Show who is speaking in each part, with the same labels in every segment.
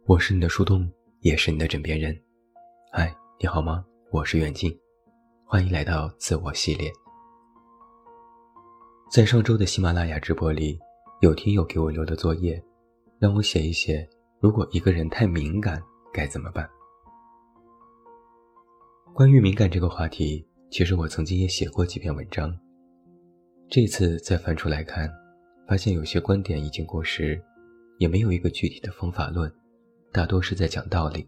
Speaker 1: 我是你的树洞，也是你的枕边人。嗨，你好吗？我是远近，欢迎来到自我系列。在上周的喜马拉雅直播里，有听友给我留的作业，让我写一写，如果一个人太敏感该怎么办。关于敏感这个话题，其实我曾经也写过几篇文章。这次再翻出来看，发现有些观点已经过时，也没有一个具体的方法论，大多是在讲道理。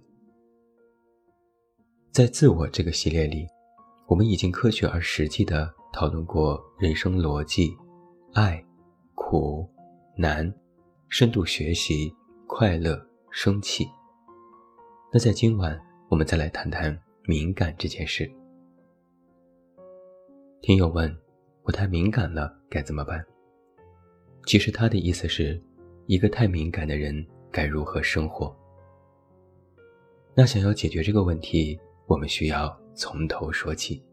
Speaker 1: 在自我这个系列里，我们已经科学而实际地讨论过人生逻辑、爱、苦、难、深度学习、快乐、生气。那在今晚，我们再来谈谈敏感这件事。听友问，我太敏感了，该怎么办？其实他的意思是，一个太敏感的人该如何生活？那想要解决这个问题，我们需要从头说起。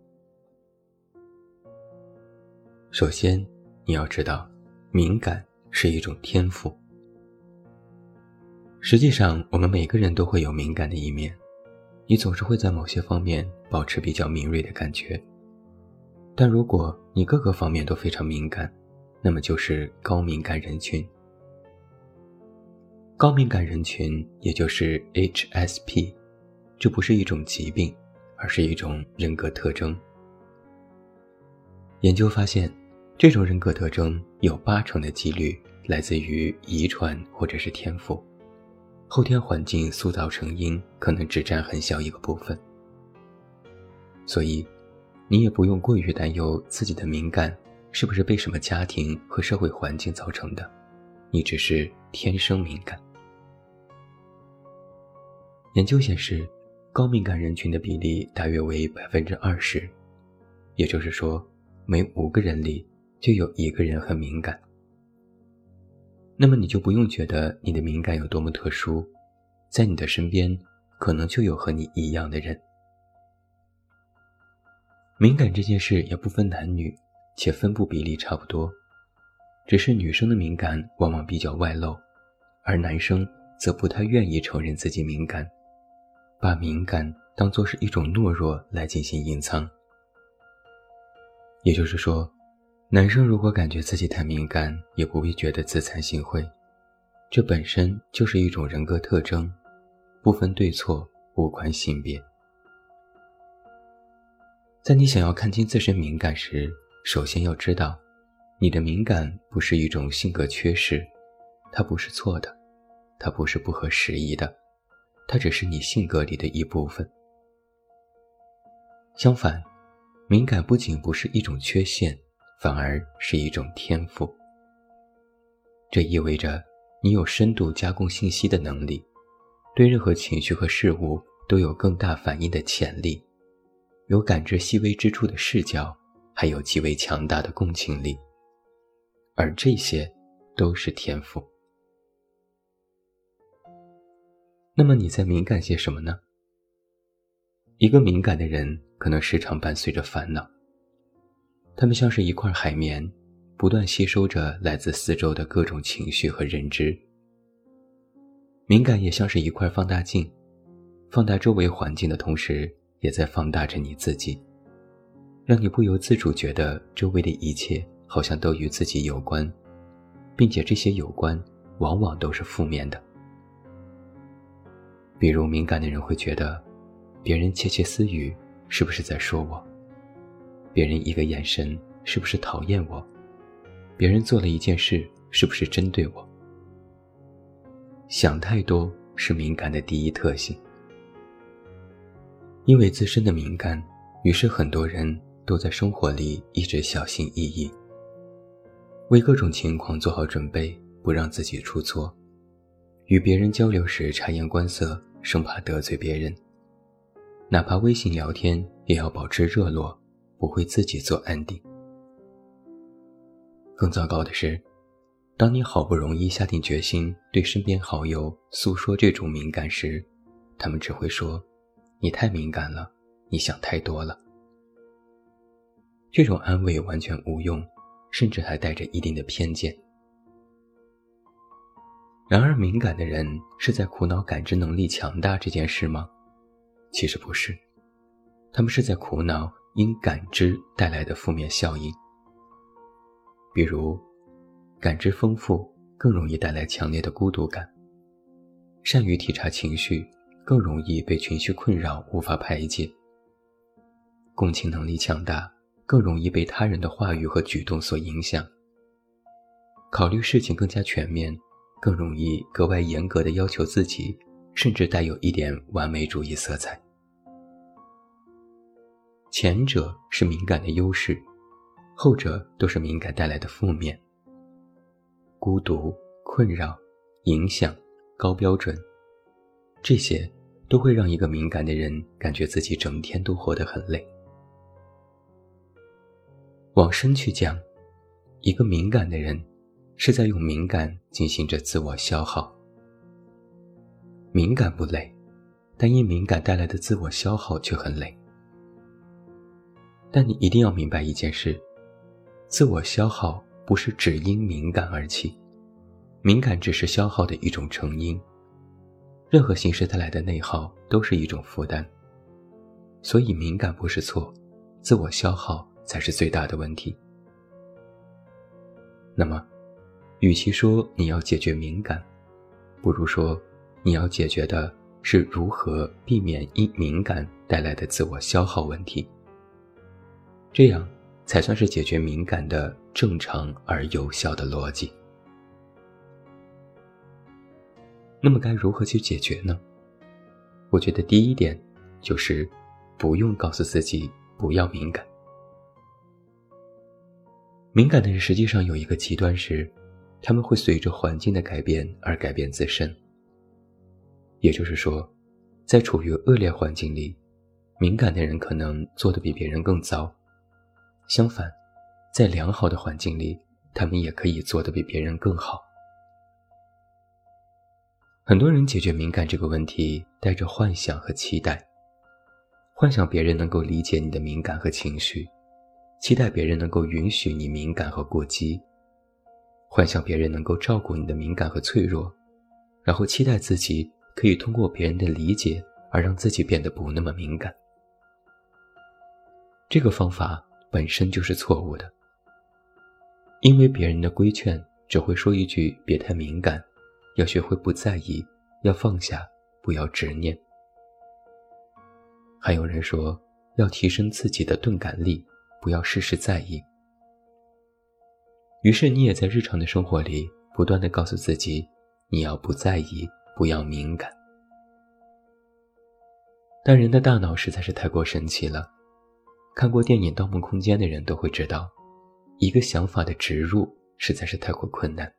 Speaker 1: 首先，你要知道，敏感是一种天赋。实际上，我们每个人都会有敏感的一面，你总是会在某些方面保持比较敏锐的感觉。但如果你各个方面都非常敏感，那么就是高敏感人群。高敏感人群也就是 HSP， 这不是一种疾病，而是一种人格特征。研究发现，这种人格特征有80%的几率来自于遗传或者是天赋，后天环境塑造成因可能只占很小一个部分。所以你也不用过于担忧自己的敏感是不是被什么家庭和社会环境造成的，你只是天生敏感。研究显示，高敏感人群的比例大约为 20%， 也就是说，每5个人里就有1个人很敏感。那么你就不用觉得你的敏感有多么特殊，在你的身边可能就有和你一样的人。敏感这件事也不分男女，且分布比例差不多，只是女生的敏感往往比较外露，而男生则不太愿意承认自己敏感，把敏感当作是一种懦弱来进行隐藏。也就是说，男生如果感觉自己太敏感，也不必觉得自惭形秽，这本身就是一种人格特征，不分对错，无关性别。在你想要看清自身敏感时，首先要知道，你的敏感不是一种性格缺失，它不是错的，它不是不合时宜的，它只是你性格里的一部分。相反，敏感不仅不是一种缺陷，反而是一种天赋。这意味着你有深度加工信息的能力，对任何情绪和事物都有更大反应的潜力，有感知细微之处的视角，还有极为强大的共情力，而这些都是天赋。那么你在敏感些什么呢？一个敏感的人可能时常伴随着烦恼，他们像是一块海绵，不断吸收着来自四周的各种情绪和认知。敏感也像是一块放大镜，放大周围环境的同时，也在放大着你自己，让你不由自主觉得周围的一切好像都与自己有关，并且这些有关往往都是负面的。比如敏感的人会觉得，别人窃窃私语是不是在说我？别人一个眼神是不是讨厌我？别人做了一件事是不是针对我？想太多是敏感的第一特性。因为自身的敏感，于是很多人都在生活里一直小心翼翼，为各种情况做好准备，不让自己出错，与别人交流时察言观色，生怕得罪别人，哪怕微信聊天也要保持热络，不会自己做安定。更糟糕的是，当你好不容易下定决心对身边好友诉说这种敏感时，他们只会说，你太敏感了，你想太多了。这种安慰完全无用，甚至还带着一定的偏见。 然而敏感的人是在苦恼感知能力强大这件事吗？其实不是，他们是在苦恼因感知带来的负面效应。比如，感知丰富更容易带来强烈的孤独感，善于体察情绪更容易被情绪困扰无法排解，共情能力强大更容易被他人的话语和举动所影响，考虑事情更加全面更容易格外严格地要求自己，甚至带有一点完美主义色彩。前者是敏感的优势，后者都是敏感带来的负面。孤独、困扰、影响、高标准，这些都会让一个敏感的人感觉自己整天都活得很累。往深去讲，一个敏感的人是在用敏感进行着自我消耗。敏感不累，但因敏感带来的自我消耗却很累。但你一定要明白一件事，自我消耗不是只因敏感而起，敏感只是消耗的一种成因，任何形式带来的内耗都是一种负担。所以敏感不是错，自我消耗才是最大的问题。那么与其说你要解决敏感，不如说你要解决的是如何避免因敏感带来的自我消耗问题，这样才算是解决敏感的正常而有效的逻辑。那么该如何去解决呢？我觉得第一点就是不用告诉自己不要敏感。敏感的人实际上有一个极端是，他们会随着环境的改变而改变自身。也就是说，在处于恶劣环境里，敏感的人可能做得比别人更糟。相反，在良好的环境里，他们也可以做得比别人更好。很多人解决敏感这个问题带着幻想和期待，幻想别人能够理解你的敏感和情绪，期待别人能够允许你敏感和过激，幻想别人能够照顾你的敏感和脆弱，然后期待自己可以通过别人的理解而让自己变得不那么敏感。这个方法本身就是错误的，因为别人的规劝只会说一句别太敏感，要学会不在意，要放下，不要执念。还有人说要提升自己的钝感力，不要事事在意。于是你也在日常的生活里不断地告诉自己，你要不在意，不要敏感。但人的大脑实在是太过神奇了，看过电影《盗梦空间》的人都会知道，一个想法的植入实在是太过困难。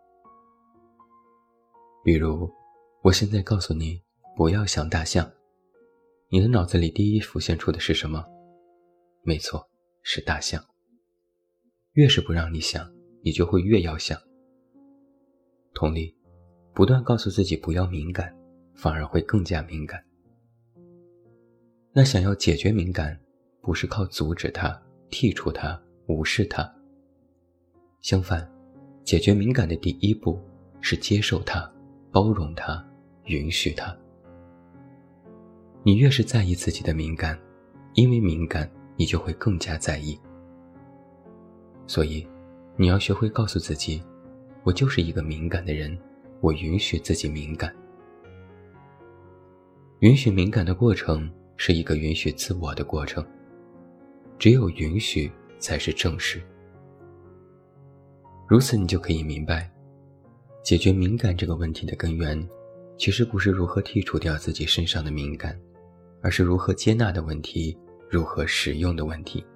Speaker 1: 比如，我现在告诉你不要想大象，你的脑子里第一浮现出的是什么？没错，是大象。越是不让你想，你就会越要想。同理，不断告诉自己不要敏感，反而会更加敏感。那想要解决敏感，不是靠阻止它、剔除它、无视它。相反，解决敏感的第一步是接受它、包容它、允许它。你越是在意自己的敏感，因为敏感，你就会更加在意。所以，你要学会告诉自己，我就是一个敏感的人，我允许自己敏感。允许敏感的过程是一个允许自我的过程，只有允许才是正视。如此你就可以明白，解决敏感这个问题的根源，其实不是如何剔除掉自己身上的敏感，而是如何接纳的问题，如何使用的问题。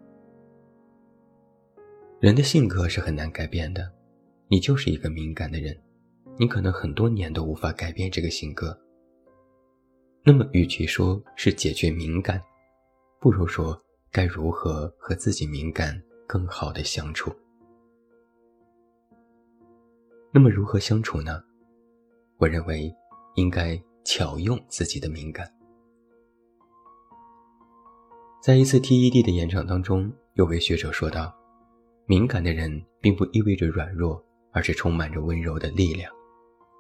Speaker 1: 人的性格是很难改变的，你就是一个敏感的人，你可能很多年都无法改变这个性格。那么与其说是解决敏感，不如说该如何和自己敏感更好地相处。那么如何相处呢？我认为应该巧用自己的敏感。在一次 TED 的演讲当中，有位学者说道，敏感的人并不意味着软弱，而是充满着温柔的力量。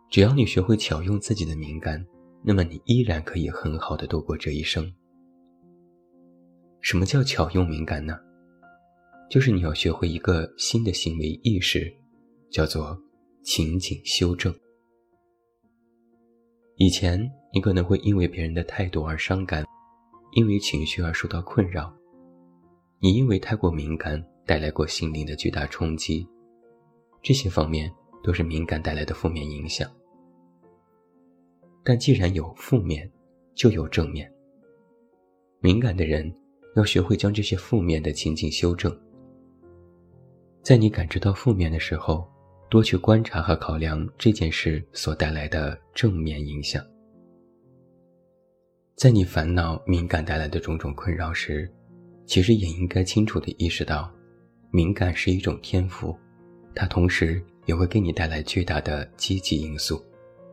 Speaker 1: 只要你学会巧用自己的敏感，那么你依然可以很好的度过这一生。什么叫巧用敏感呢？就是你要学会一个新的行为意识，叫做情景修正。以前你可能会因为别人的态度而伤感，因为情绪而受到困扰，你因为太过敏感带来过心灵的巨大冲击，这些方面都是敏感带来的负面影响。但既然有负面，就有正面。敏感的人要学会将这些负面的情境修正。在你感知到负面的时候，多去观察和考量这件事所带来的正面影响。在你烦恼敏感带来的种种困扰时，其实也应该清楚地意识到，敏感是一种天赋，它同时也会给你带来巨大的积极因素。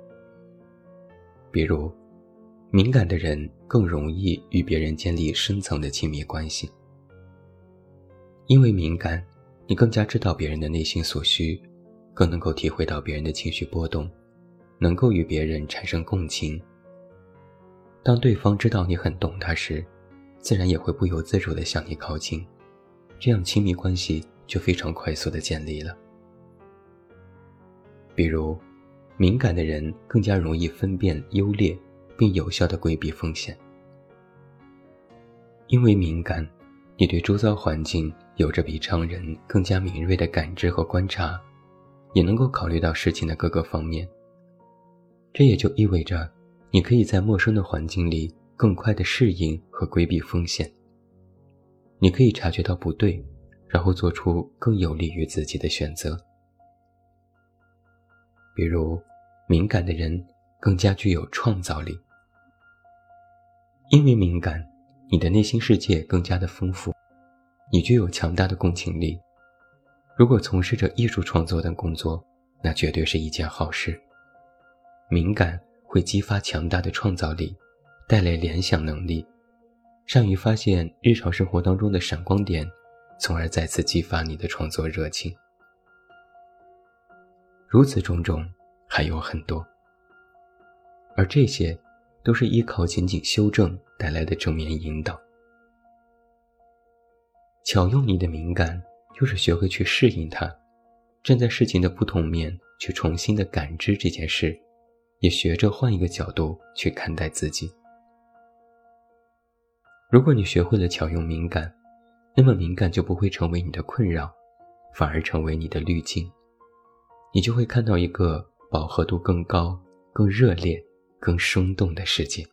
Speaker 1: 比如，敏感的人更容易与别人建立深层的亲密关系。因为敏感，你更加知道别人的内心所需，更能够体会到别人的情绪波动，能够与别人产生共情。当对方知道你很懂他时，自然也会不由自主地向你靠近，这样亲密关系就非常快速地建立了。比如，敏感的人更加容易分辨优劣，并有效地规避风险。因为敏感，你对周遭环境有着比常人更加敏锐的感知和观察，也能够考虑到事情的各个方面。这也就意味着，你可以在陌生的环境里更快地适应和规避风险。你可以察觉到不对，然后做出更有利于自己的选择。比如，敏感的人更加具有创造力。因为敏感，你的内心世界更加的丰富，你具有强大的共情力。如果从事着艺术创作等工作，那绝对是一件好事。敏感会激发强大的创造力，带来联想能力，善于发现日常生活当中的闪光点，从而再次激发你的创作热情。如此种种，还有很多。而这些都是依靠情景修正带来的正面引导。巧用你的敏感，就是学会去适应它，站在事情的不同面去重新的感知这件事，也学着换一个角度去看待自己。如果你学会了巧用敏感，那么敏感就不会成为你的困扰，反而成为你的滤镜。你就会看到一个饱和度更高、更热烈、更生动的世界。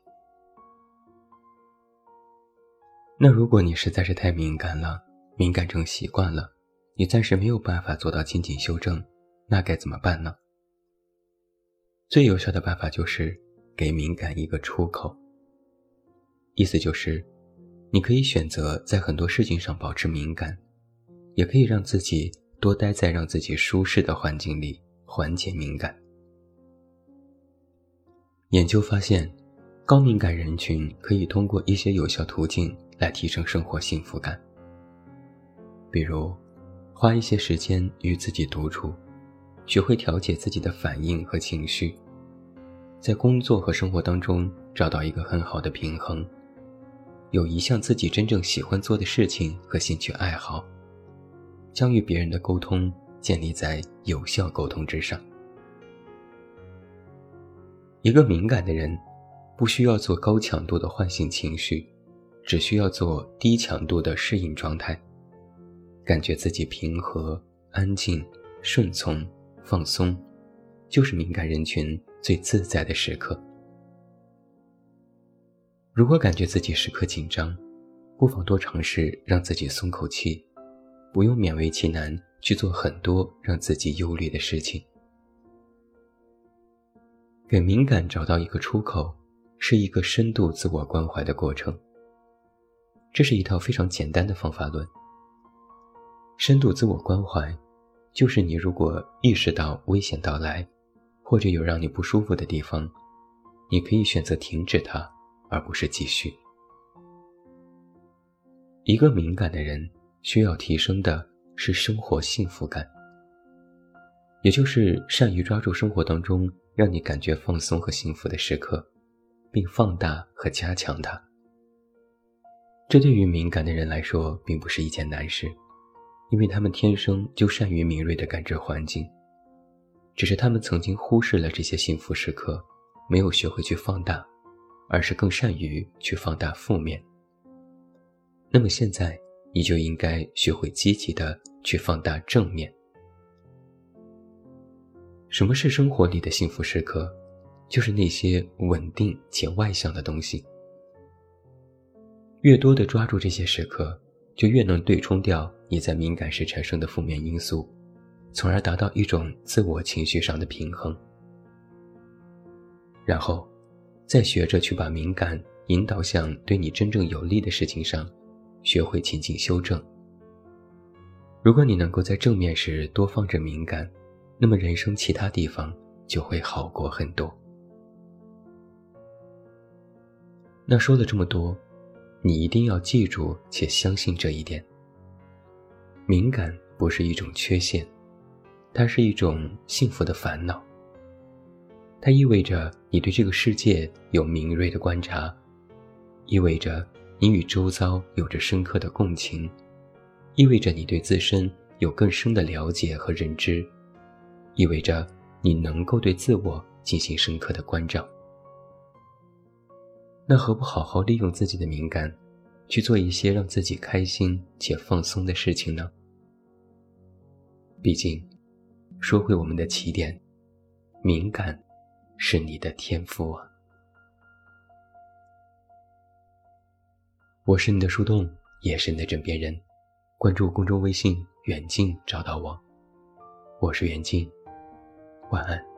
Speaker 1: 那如果你实在是太敏感了，敏感症习惯了，你暂时没有办法做到情景修正，那该怎么办呢？最有效的办法就是给敏感一个出口。意思就是，你可以选择在很多事情上保持敏感，也可以让自己多待在让自己舒适的环境里，缓解敏感。研究发现，高敏感人群可以通过一些有效途径来提升生活幸福感。比如，花一些时间与自己独处，学会调节自己的反应和情绪，在工作和生活当中找到一个很好的平衡，有一项自己真正喜欢做的事情和兴趣爱好，将与别人的沟通建立在有效沟通之上。一个敏感的人不需要做高强度的唤醒情绪，只需要做低强度的适应状态，感觉自己平和、安静、顺从、放松，就是敏感人群最自在的时刻。如果感觉自己时刻紧张，不妨多尝试让自己松口气，不用勉为其难去做很多让自己忧虑的事情。给敏感找到一个出口，是一个深度自我关怀的过程。这是一套非常简单的方法论。深度自我关怀，就是你如果意识到危险到来，或者有让你不舒服的地方，你可以选择停止它，而不是继续。一个敏感的人需要提升的是生活幸福感，也就是善于抓住生活当中让你感觉放松和幸福的时刻，并放大和加强它。这对于敏感的人来说并不是一件难事，因为他们天生就善于敏锐地感知环境，只是他们曾经忽视了这些幸福时刻，没有学会去放大，而是更善于去放大负面。那么现在你就应该学会积极地去放大正面。什么是生活里的幸福时刻？就是那些稳定且外向的东西。越多地抓住这些时刻，就越能对冲掉你在敏感时产生的负面因素，从而达到一种自我情绪上的平衡。然后再学着去把敏感引导向对你真正有利的事情上，学会勤进修正。如果你能够在正面时多放着敏感，那么人生其他地方就会好过很多。那说了这么多，你一定要记住且相信这一点：敏感不是一种缺陷，它是一种幸福的烦恼。它意味着你对这个世界有敏锐的观察，意味着你与周遭有着深刻的共情，意味着你对自身有更深的了解和认知，意味着你能够对自我进行深刻的关照。那何不好好利用自己的敏感，去做一些让自己开心且放松的事情呢？毕竟，说回我们的起点，敏感是你的天赋啊。我是你的树洞，也是你的枕边人。关注公众微信远近找到我，我是远近，晚安。